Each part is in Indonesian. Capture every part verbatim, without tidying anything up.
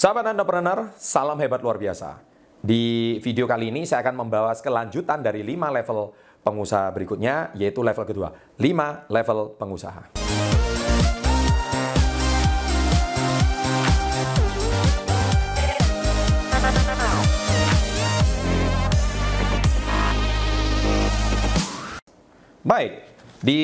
Sahabat entrepreneur, salam hebat luar biasa. Di video kali ini saya akan membahas kelanjutan dari lima level pengusaha berikutnya, yaitu level kedua, lima level pengusaha. Baik, di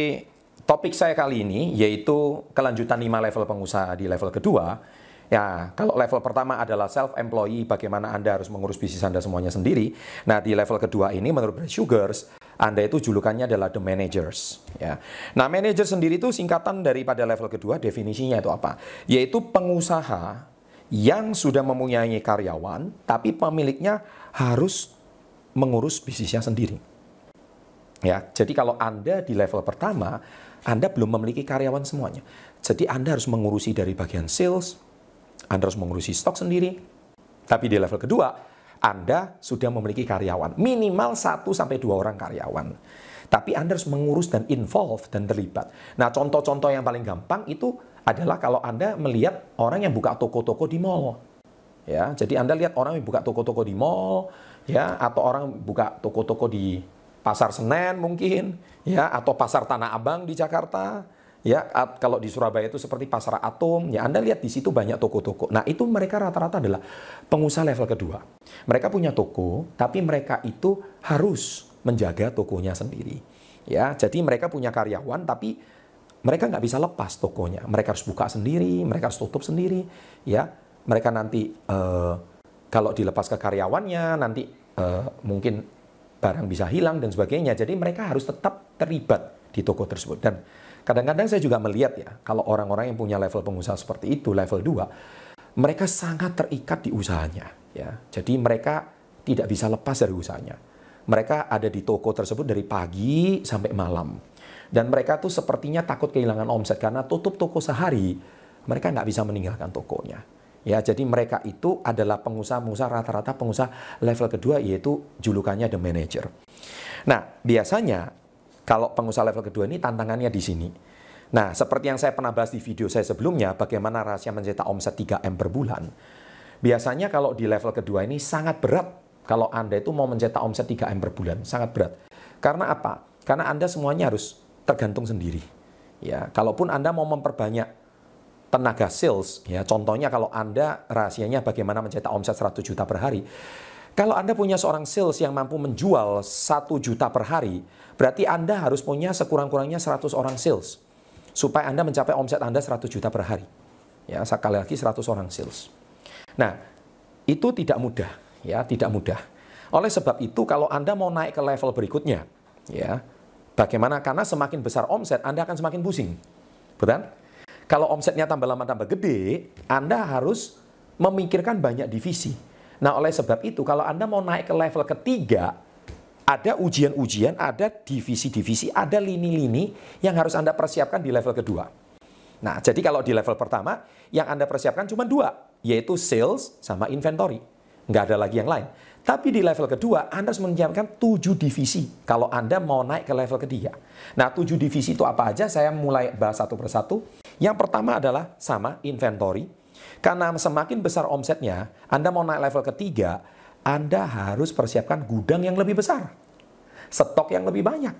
topik saya kali ini yaitu kelanjutan lima level pengusaha di level kedua. Ya, kalau level pertama adalah self-employee, bagaimana Anda harus mengurus bisnis Anda semuanya sendiri. Nah, di level kedua ini menurut Brad Sugars, Anda itu julukannya adalah the managers. Ya. Nah, manager sendiri itu singkatan daripada level kedua, definisinya itu apa? Yaitu pengusaha yang sudah mempunyai karyawan, tapi pemiliknya harus mengurus bisnisnya sendiri. Ya, jadi kalau Anda di level pertama, Anda belum memiliki karyawan semuanya. Jadi Anda harus mengurusi dari bagian sales, Anda harus mengurusi stok sendiri. Tapi di level kedua, Anda sudah memiliki karyawan. Minimal satu sampai dua orang karyawan. Tapi Anda harus mengurus dan involve dan terlibat. Nah, contoh-contoh yang paling gampang itu adalah kalau Anda melihat orang yang buka toko-toko di mall. Ya, jadi Anda lihat orang yang buka toko-toko di mall, ya, atau orang buka toko-toko di Pasar Senen mungkin, ya, atau Pasar Tanah Abang di Jakarta. Ya, kalau di Surabaya itu seperti Pasar Atom, ya Anda lihat di situ banyak toko-toko. Nah, itu mereka rata-rata adalah pengusaha level kedua. Mereka punya toko, tapi mereka itu harus menjaga tokonya sendiri. Ya, jadi mereka punya karyawan, tapi mereka nggak bisa lepas tokonya. Mereka harus buka sendiri, mereka harus tutup sendiri. Ya, mereka nanti eh, kalau dilepas ke karyawannya, nanti eh, mungkin barang bisa hilang dan sebagainya. Jadi mereka harus tetap terlibat di toko tersebut. Dan kadang-kadang saya juga melihat ya, kalau orang-orang yang punya level pengusaha seperti itu, level dua, mereka sangat terikat di usahanya. Ya. Jadi mereka tidak bisa lepas dari usahanya. Mereka ada di toko tersebut dari pagi sampai malam. Dan mereka tuh sepertinya takut kehilangan omset karena tutup toko sehari, mereka nggak bisa meninggalkan tokonya. Ya, jadi mereka itu adalah pengusaha-pengusaha rata-rata pengusaha level kedua, yaitu julukannya the manager. Nah, biasanya kalau pengusaha level kedua ini tantangannya di sini. Nah, seperti yang saya pernah bahas di video saya sebelumnya, bagaimana rahasia mencetak omset tiga M per bulan. Biasanya kalau di level kedua ini sangat berat kalau Anda itu mau mencetak omset tiga M per bulan, sangat berat. Karena apa? Karena Anda semuanya harus tergantung sendiri. Ya, kalaupun Anda mau memperbanyak tenaga sales, ya, contohnya kalau Anda rahasianya bagaimana mencetak omset seratus juta per hari. Kalau Anda punya seorang sales yang mampu menjual satu juta per hari, berarti Anda harus punya sekurang-kurangnya seratus orang sales supaya Anda mencapai omset Anda seratus juta per hari. Ya, sekali lagi seratus orang sales. Nah, itu tidak mudah, ya, tidak mudah. Oleh sebab itu kalau Anda mau naik ke level berikutnya, ya, bagaimana? Karena semakin besar omset, Anda akan semakin pusing. Betul? Kalau omsetnya tambah lama tambah gede, Anda harus memikirkan banyak divisi. Nah, oleh sebab itu, kalau Anda mau naik ke level ketiga, ada ujian-ujian, ada divisi-divisi, ada lini-lini yang harus Anda persiapkan di level kedua. Nah, jadi kalau di level pertama, yang Anda persiapkan cuma dua, yaitu sales sama inventory. Nggak ada lagi yang lain. Tapi di level kedua, Anda harus menyiapkan tujuh divisi kalau Anda mau naik ke level ketiga. Nah, tujuh divisi itu apa aja? Saya mulai bahas satu persatu. Yang pertama adalah sama inventory. Karena semakin besar omsetnya, Anda mau naik level ketiga, Anda harus persiapkan gudang yang lebih besar. Stok yang lebih banyak.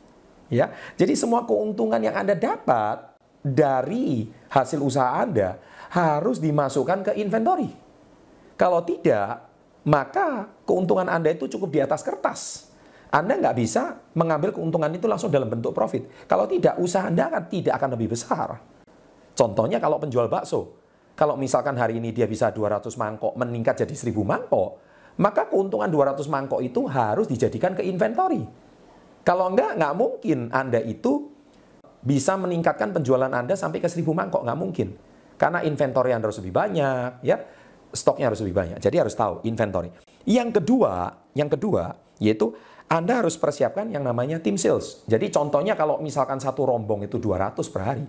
Ya, jadi semua keuntungan yang Anda dapat dari hasil usaha Anda harus dimasukkan ke inventory. Kalau tidak, maka keuntungan Anda itu cukup di atas kertas. Anda nggak bisa mengambil keuntungan itu langsung dalam bentuk profit. Kalau tidak, usaha Anda akan tidak akan lebih besar. Contohnya kalau penjual bakso. Kalau misalkan hari ini dia bisa dua ratus mangkok meningkat jadi seribu mangkok, maka keuntungan dua ratus mangkok itu harus dijadikan ke inventory. Kalau enggak, nggak mungkin Anda itu bisa meningkatkan penjualan Anda sampai ke seribu mangkok. Nggak mungkin. Karena inventory Anda harus lebih banyak, ya. Stoknya harus lebih banyak. Jadi harus tahu inventory. Yang kedua, yang kedua yaitu Anda harus persiapkan yang namanya tim sales. Jadi contohnya kalau misalkan satu rombong itu dua ratus per hari,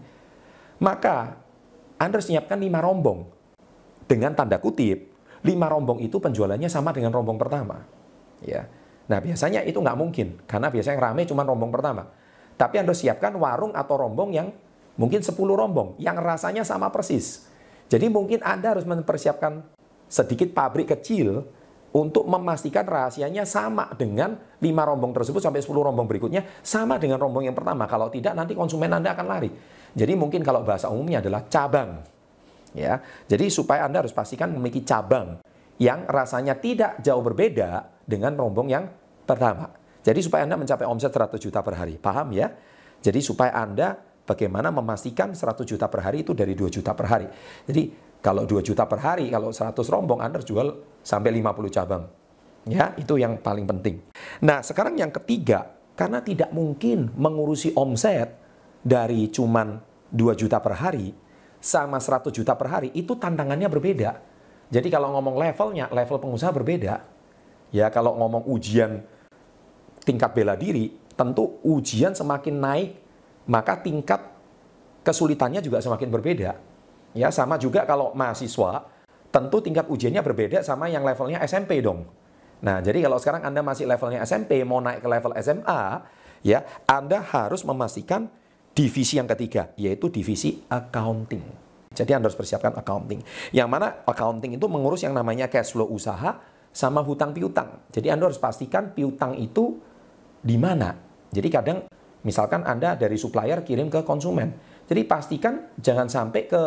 maka Anda harus menyiapkan lima rombong. Dengan tanda kutip, lima rombong itu penjualannya sama dengan rombong pertama. Ya. Nah, biasanya itu nggak mungkin. Karena biasanya yang rame cuma rombong pertama. Tapi Anda harus siapkan warung atau rombong yang mungkin sepuluh rombong. Yang rasanya sama persis. Jadi mungkin Anda harus mempersiapkan sedikit pabrik kecil untuk memastikan rahasianya sama dengan lima rombong tersebut sampai sepuluh rombong berikutnya sama dengan rombong yang pertama. Kalau tidak nanti konsumen Anda akan lari. Jadi mungkin kalau bahasa umumnya adalah cabang. Ya. Jadi supaya Anda harus pastikan memiliki cabang yang rasanya tidak jauh berbeda dengan rombong yang pertama. Jadi supaya Anda mencapai omset seratus juta per hari. Paham ya? Jadi supaya Anda bagaimana memastikan seratus juta per hari itu dari dua juta per hari. Jadi kalau dua juta per hari, kalau seratus rombong, Anda jual sampai lima puluh cabang. Ya, itu yang paling penting. Nah, sekarang yang ketiga, karena tidak mungkin mengurusi omset dari cuman dua juta per hari sama seratus juta per hari, itu tantangannya berbeda. Jadi kalau ngomong levelnya, level pengusaha berbeda. Ya, kalau ngomong ujian tingkat bela diri, tentu ujian semakin naik, maka tingkat kesulitannya juga semakin berbeda. Ya, sama juga kalau mahasiswa, tentu tingkat ujiannya berbeda sama yang levelnya S M P dong. Nah, jadi kalau sekarang Anda masih levelnya S M P, mau naik ke level S M A, ya, Anda harus memastikan divisi yang ketiga, yaitu divisi accounting. Jadi Anda harus persiapkan accounting. Yang mana accounting itu mengurus yang namanya cash flow usaha sama hutang piutang. Jadi Anda harus pastikan piutang itu di mana. Jadi kadang, misalkan Anda dari supplier kirim ke konsumen. Jadi pastikan jangan sampai ke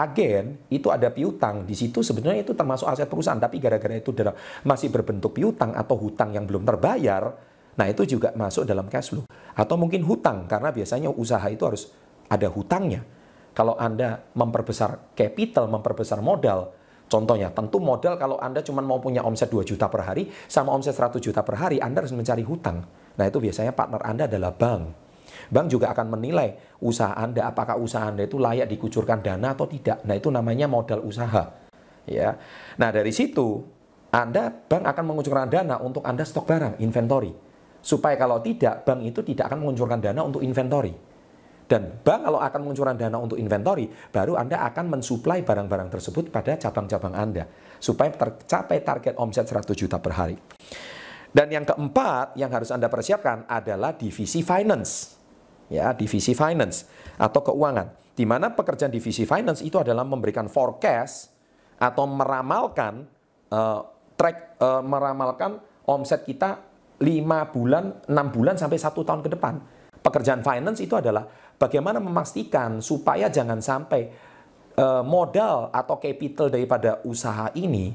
agen itu ada piutang di situ, sebenarnya itu termasuk aset perusahaan, tapi gara-gara itu masih berbentuk piutang atau hutang yang belum terbayar, nah itu juga masuk dalam cash flow. Atau mungkin hutang, karena biasanya usaha itu harus ada hutangnya. Kalau Anda memperbesar capital, memperbesar modal, contohnya tentu modal kalau Anda cuma mau punya omset dua juta per hari sama omset seratus juta per hari, Anda harus mencari hutang. Nah itu biasanya partner Anda adalah bank. Bank juga akan menilai usaha Anda, apakah usaha Anda itu layak dikucurkan dana atau tidak. Nah, itu namanya modal usaha. Ya. Nah, dari situ Anda, bank akan mengucurkan dana untuk Anda stok barang, inventory. Supaya kalau tidak, bank itu tidak akan mengucurkan dana untuk inventory. Dan bank kalau akan mengucurkan dana untuk inventory, baru Anda akan mensuplai barang-barang tersebut pada cabang-cabang Anda. Supaya tercapai target omset seratus juta per hari. Dan yang keempat yang harus Anda persiapkan adalah divisi finance. Ya, divisi finance atau keuangan, di mana pekerjaan divisi finance itu adalah memberikan forecast atau meramalkan uh, track uh, meramalkan omset kita lima bulan, enam bulan sampai satu tahun ke depan. Pekerjaan finance itu adalah bagaimana memastikan supaya jangan sampai uh, modal atau capital daripada usaha ini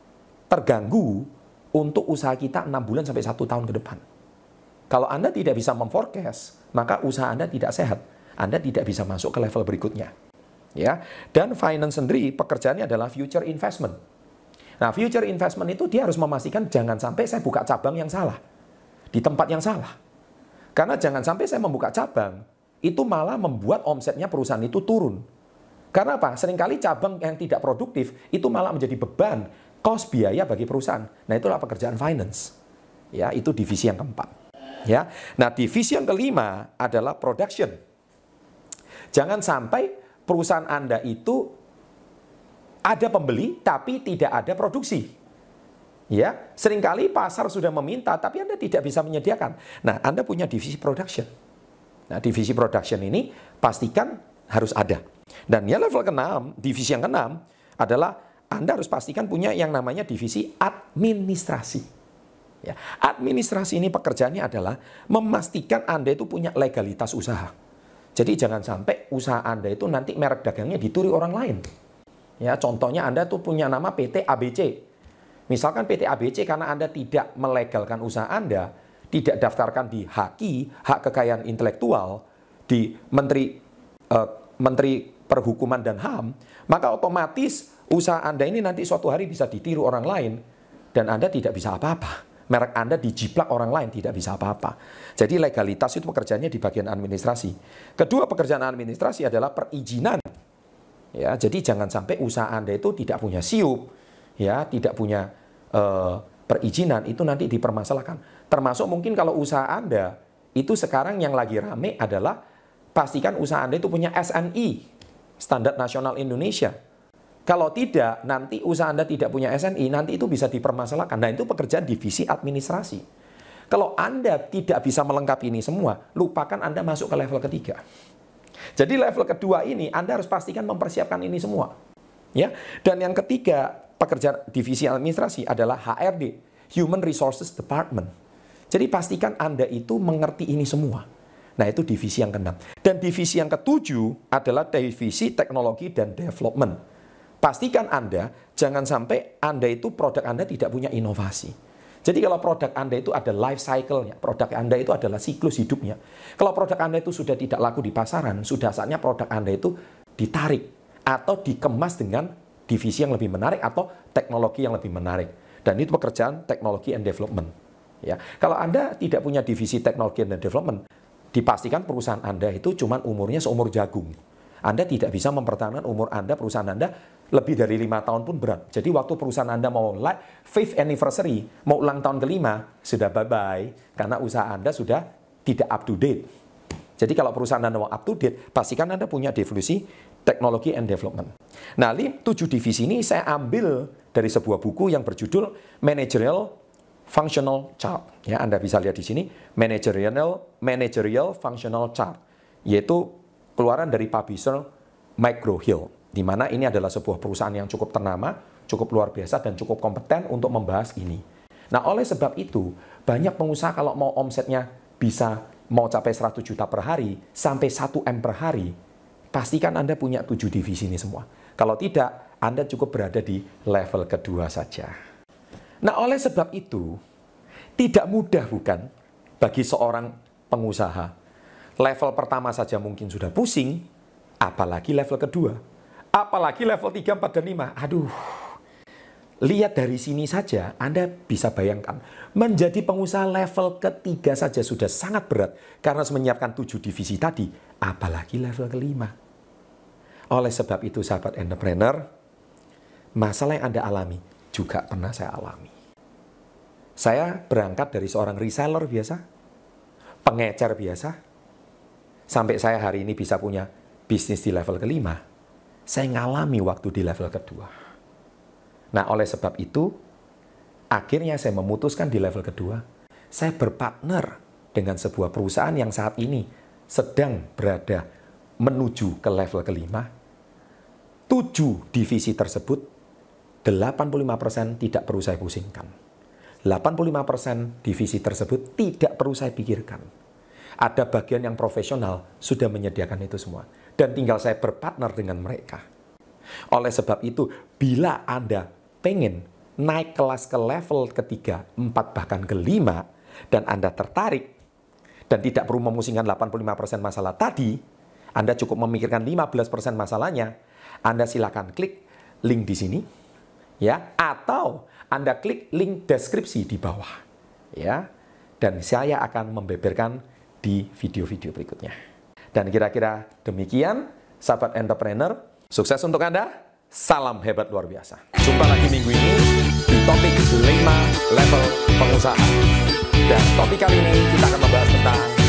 terganggu untuk usaha kita enam bulan sampai satu tahun ke depan. Kalau Anda tidak bisa memforecast, maka usaha Anda tidak sehat. Anda tidak bisa masuk ke level berikutnya. Ya. Dan finance sendiri pekerjaannya adalah future investment. Nah, future investment itu dia harus memastikan jangan sampai saya buka cabang yang salah. Di tempat yang salah. Karena jangan sampai saya membuka cabang, itu malah membuat omsetnya perusahaan itu turun. Karena apa? Seringkali cabang yang tidak produktif, itu malah menjadi beban, cost biaya bagi perusahaan. Nah, itulah pekerjaan finance. Ya, itu divisi yang keempat. Ya, nah divisi yang kelima adalah production. Jangan sampai perusahaan Anda itu ada pembeli tapi tidak ada produksi. Ya, seringkali pasar sudah meminta tapi Anda tidak bisa menyediakan. Nah, Anda punya divisi production. Nah, divisi production ini pastikan harus ada. Dan yang level keenam, divisi yang keenam adalah Anda harus pastikan punya yang namanya divisi administrasi. Ya, administrasi ini pekerjaannya adalah memastikan Anda itu punya legalitas usaha. Jadi jangan sampai usaha Anda itu nanti merek dagangnya dituri orang lain. Ya, contohnya Anda tuh punya nama P T A B C. Misalkan P T A B C karena Anda tidak melegalkan usaha Anda, tidak daftarkan di H K I, hak kekayaan intelektual, di Menteri eh, Menteri Perhukuman dan H A M, maka otomatis usaha Anda ini nanti suatu hari bisa ditiru orang lain dan Anda tidak bisa apa-apa. Merek Anda dijiplak orang lain, tidak bisa apa-apa. Jadi legalitas itu pekerjaannya di bagian administrasi. Kedua pekerjaan administrasi adalah perizinan. Ya, jadi jangan sampai usaha Anda itu tidak punya S I U P, ya, tidak punya uh, perizinan, itu nanti dipermasalahkan. Termasuk mungkin kalau usaha Anda itu sekarang yang lagi rame adalah pastikan usaha Anda itu punya S N I, Standar Nasional Indonesia. Kalau tidak, nanti usaha Anda tidak punya S N I, nanti itu bisa dipermasalahkan. Nah, itu pekerjaan divisi administrasi. Kalau Anda tidak bisa melengkapi ini semua, lupakan Anda masuk ke level ketiga. Jadi level kedua ini, Anda harus pastikan mempersiapkan ini semua. Ya. Dan yang ketiga, pekerjaan divisi administrasi adalah H R D, Human Resources Department. Jadi pastikan Anda itu mengerti ini semua. Nah, itu divisi yang keenam. Dan divisi yang ketujuh adalah divisi teknologi dan development. Pastikan Anda, jangan sampai Anda itu produk Anda tidak punya inovasi. Jadi kalau produk Anda itu ada life cycle-nya, produk Anda itu adalah siklus hidupnya. Kalau produk Anda itu sudah tidak laku di pasaran, sudah saatnya produk Anda itu ditarik atau dikemas dengan divisi yang lebih menarik atau teknologi yang lebih menarik. Dan itu pekerjaan teknologi and development. Ya, kalau Anda tidak punya divisi teknologi dan development, dipastikan perusahaan Anda itu cuma umurnya seumur jagung. Anda tidak bisa mempertahankan umur Anda, perusahaan Anda lebih dari lima tahun pun berat. Jadi waktu perusahaan Anda mau fifth anniversary, mau ulang tahun kelima, sudah bye-bye. Karena usaha Anda sudah tidak up to date. Jadi kalau perusahaan Anda mau up to date, pastikan Anda punya divisi teknologi and development. Nah, tujuh divisi ini saya ambil dari sebuah buku yang berjudul Managerial Functional Chart. Ya, Anda bisa lihat di sini, Managerial Managerial Functional Chart, yaitu keluaran dari publisher McGraw-Hill, di mana ini adalah sebuah perusahaan yang cukup ternama, cukup luar biasa, dan cukup kompeten untuk membahas ini. Nah, oleh sebab itu, banyak pengusaha kalau mau omsetnya bisa mau capai seratus juta per hari, sampai satu M per hari, pastikan Anda punya tujuh divisi ini semua. Kalau tidak, Anda cukup berada di level kedua saja. Nah, oleh sebab itu, tidak mudah bukan bagi seorang pengusaha. Level pertama saja mungkin sudah pusing, apalagi level kedua. Apalagi level tiga, empat, dan lima. Aduh, lihat dari sini saja, Anda bisa bayangkan. Menjadi pengusaha level ketiga saja sudah sangat berat, karena harus menyiapkan tujuh divisi tadi, apalagi level kelima. Oleh sebab itu, sahabat entrepreneur, masalah yang Anda alami juga pernah saya alami. Saya berangkat dari seorang reseller biasa, pengecer biasa, sampai saya hari ini bisa punya bisnis di level kelima. Saya ngalami waktu di level kedua. Nah, oleh sebab itu, akhirnya saya memutuskan di level kedua, saya berpartner dengan sebuah perusahaan yang saat ini sedang berada menuju ke level kelima. Tujuh divisi tersebut, delapan puluh lima persen tidak perlu saya pusingkan. delapan puluh lima persen divisi tersebut tidak perlu saya pikirkan. Ada bagian yang profesional sudah menyediakan itu semua. Dan tinggal saya berpartner dengan mereka. Oleh sebab itu, bila Anda pengen naik kelas ke level ketiga, empat, bahkan kelima, dan Anda tertarik, dan tidak perlu memusingkan delapan puluh lima persen masalah tadi, Anda cukup memikirkan lima belas persen masalahnya, Anda silakan klik link di sini, ya, atau Anda klik link deskripsi di bawah, ya, dan saya akan membeberkan di video-video berikutnya. Dan kira-kira demikian, sahabat entrepreneur, sukses untuk Anda, salam hebat luar biasa. Jumpa lagi minggu ini di topik lima level pengusaha. Dan topik kali ini kita akan membahas tentang